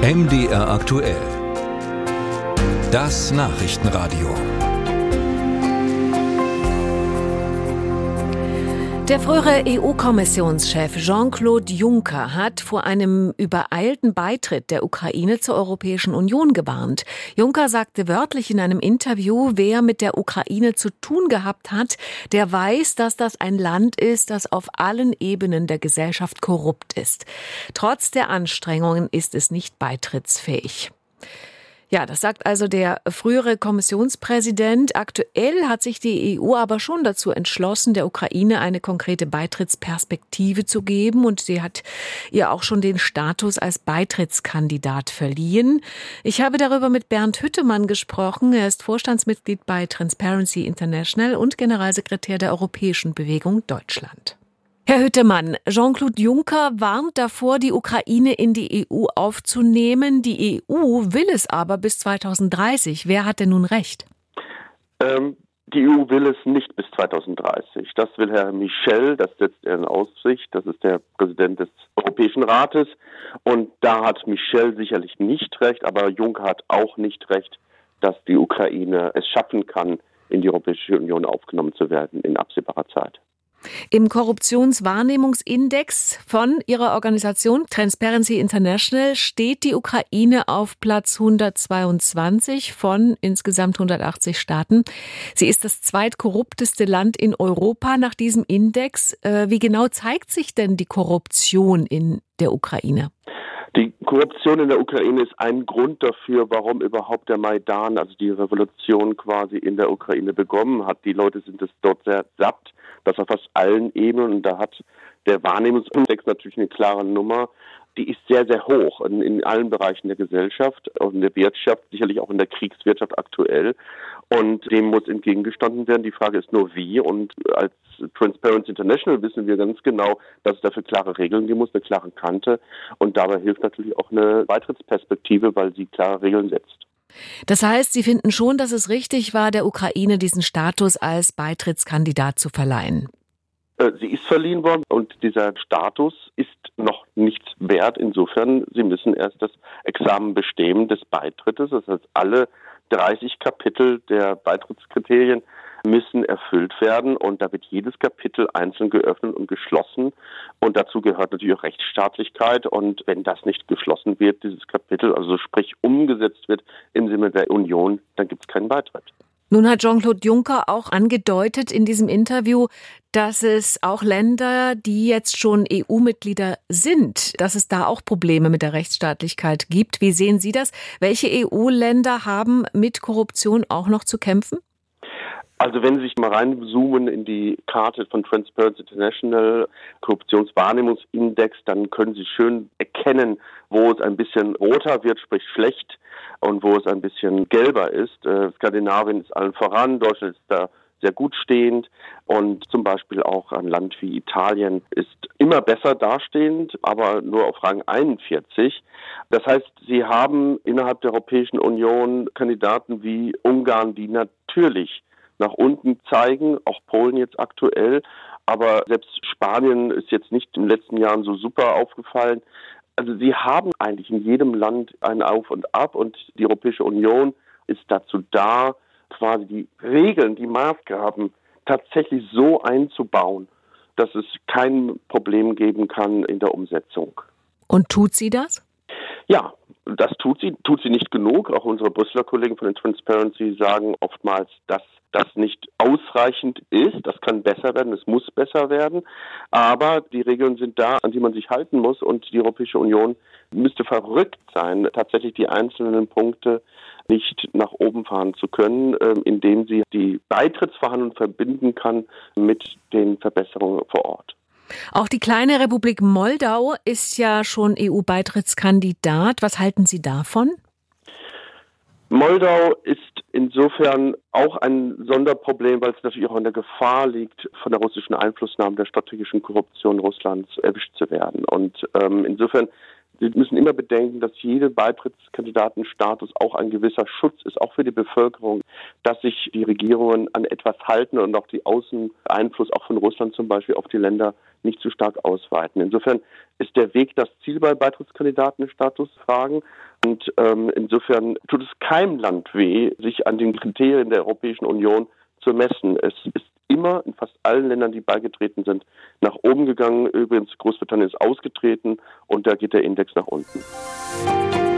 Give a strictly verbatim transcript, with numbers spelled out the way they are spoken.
M D R aktuell. Das Nachrichtenradio. Der frühere E U-Kommissionschef Jean-Claude Juncker hat vor einem übereilten Beitritt der Ukraine zur Europäischen Union gewarnt. Juncker sagte wörtlich in einem Interview, wer mit der Ukraine zu tun gehabt hat, der weiß, dass das ein Land ist, das auf allen Ebenen der Gesellschaft korrupt ist. Trotz der Anstrengungen ist es nicht beitrittsfähig. Ja, das sagt also der frühere Kommissionspräsident. Aktuell hat sich die E U aber schon dazu entschlossen, der Ukraine eine konkrete Beitrittsperspektive zu geben. Und sie hat ihr auch schon den Status als Beitrittskandidat verliehen. Ich habe darüber mit Bernd Hüttemann gesprochen. Er ist Vorstandsmitglied bei Transparency International und Generalsekretär der Europäischen Bewegung Deutschland. Herr Hüttemann, Jean-Claude Juncker warnt davor, die Ukraine in die E U aufzunehmen. Die E U will es aber bis zweitausenddreißig. Wer hat denn nun recht? Ähm, die E U will es nicht bis zweitausenddreißig. Das will Herr Michel, das setzt er in Aussicht. Das ist der Präsident des Europäischen Rates. Und da hat Michel sicherlich nicht recht, aber Juncker hat auch nicht recht, dass die Ukraine es schaffen kann, in die Europäische Union aufgenommen zu werden in absehbarer Zeit. Im Korruptionswahrnehmungsindex von Ihrer Organisation Transparency International steht die Ukraine auf Platz hundertzweiundzwanzig von insgesamt hundertachtzig Staaten. Sie ist das zweitkorrupteste Land in Europa nach diesem Index. Wie genau zeigt sich denn die Korruption in der Ukraine? Die Korruption in der Ukraine ist ein Grund dafür, warum überhaupt der Maidan, also die Revolution quasi in der Ukraine begonnen hat. Die Leute sind es dort sehr satt, das auf fast allen Ebenen. Und da hat der Wahrnehmungsindex natürlich eine klare Nummer. Die ist sehr, sehr hoch in, in allen Bereichen der Gesellschaft, auch in der Wirtschaft, sicherlich auch in der Kriegswirtschaft aktuell. Und dem muss entgegengestanden werden. Die Frage ist nur wie. Und als Transparency International wissen wir ganz genau, dass es dafür klare Regeln geben muss, eine klare Kante. Und dabei hilft natürlich auch eine Beitrittsperspektive, weil sie klare Regeln setzt. Das heißt, Sie finden schon, dass es richtig war, der Ukraine diesen Status als Beitrittskandidat zu verleihen? Sie ist verliehen worden und dieser Status ist noch nichts wert. Insofern, Sie müssen erst das Examen bestehen des Beitrittes. Das heißt, alle dreißig Kapitel der Beitrittskriterien müssen erfüllt werden und da wird jedes Kapitel einzeln geöffnet und geschlossen und dazu gehört natürlich auch Rechtsstaatlichkeit und wenn das nicht geschlossen wird, dieses Kapitel, also sprich umgesetzt wird im Sinne der Union, dann gibt es keinen Beitritt. Nun hat Jean-Claude Juncker auch angedeutet in diesem Interview, dass es auch Länder, die jetzt schon E U-Mitglieder sind, dass es da auch Probleme mit der Rechtsstaatlichkeit gibt. Wie sehen Sie das? Welche E U-Länder haben mit Korruption auch noch zu kämpfen? Also wenn Sie sich mal reinzoomen in die Karte von Transparency International, Korruptionswahrnehmungsindex, dann können Sie schön erkennen, wo es ein bisschen roter wird, sprich schlecht, und wo es ein bisschen gelber ist. Äh, Skandinavien ist allen voran, Deutschland ist da sehr gut stehend und zum Beispiel auch ein Land wie Italien ist immer besser dastehend, aber nur auf Rang einundvierzig. Das heißt, Sie haben innerhalb der Europäischen Union Kandidaten wie Ungarn, die natürlich nach unten zeigen, auch Polen jetzt aktuell, aber selbst Spanien ist jetzt nicht in den letzten Jahren so super aufgefallen. Also sie haben eigentlich in jedem Land ein Auf und Ab und die Europäische Union ist dazu da, quasi die Regeln, die Maßgaben tatsächlich so einzubauen, dass es kein Problem geben kann in der Umsetzung. Und tut sie das? Ja, das tut sie, tut sie nicht genug. Auch unsere Brüsseler Kollegen von den Transparency sagen oftmals, dass das nicht ausreichend ist. Das kann besser werden, es muss besser werden. Aber die Regeln sind da, an die man sich halten muss. Und die Europäische Union müsste verrückt sein, tatsächlich die einzelnen Punkte nicht nach oben fahren zu können, indem sie die Beitrittsverhandlungen verbinden kann mit den Verbesserungen vor Ort. Auch die kleine Republik Moldau ist ja schon E U-Beitrittskandidat. Was halten Sie davon? Moldau ist insofern auch ein Sonderproblem, weil es natürlich auch in der Gefahr liegt, von der russischen Einflussnahme der strategischen Korruption Russlands erwischt zu werden. Und ähm, insofern, wir müssen immer bedenken, dass jede Beitrittskandidatenstatus auch ein gewisser Schutz ist, auch für die Bevölkerung, dass sich die Regierungen an etwas halten und auch die Außeneinfluss auch von Russland zum Beispiel auf die Länder nicht zu stark ausweiten. Insofern ist der Weg das Ziel bei Beitrittskandidatenstatusfragen. Und ähm, insofern tut es keinem Land weh, sich an den Kriterien der Europäischen Union zu messen. Es ist immer in fast allen Ländern, die beigetreten sind, nach oben gegangen. Übrigens, Großbritannien ist ausgetreten und da geht der Index nach unten.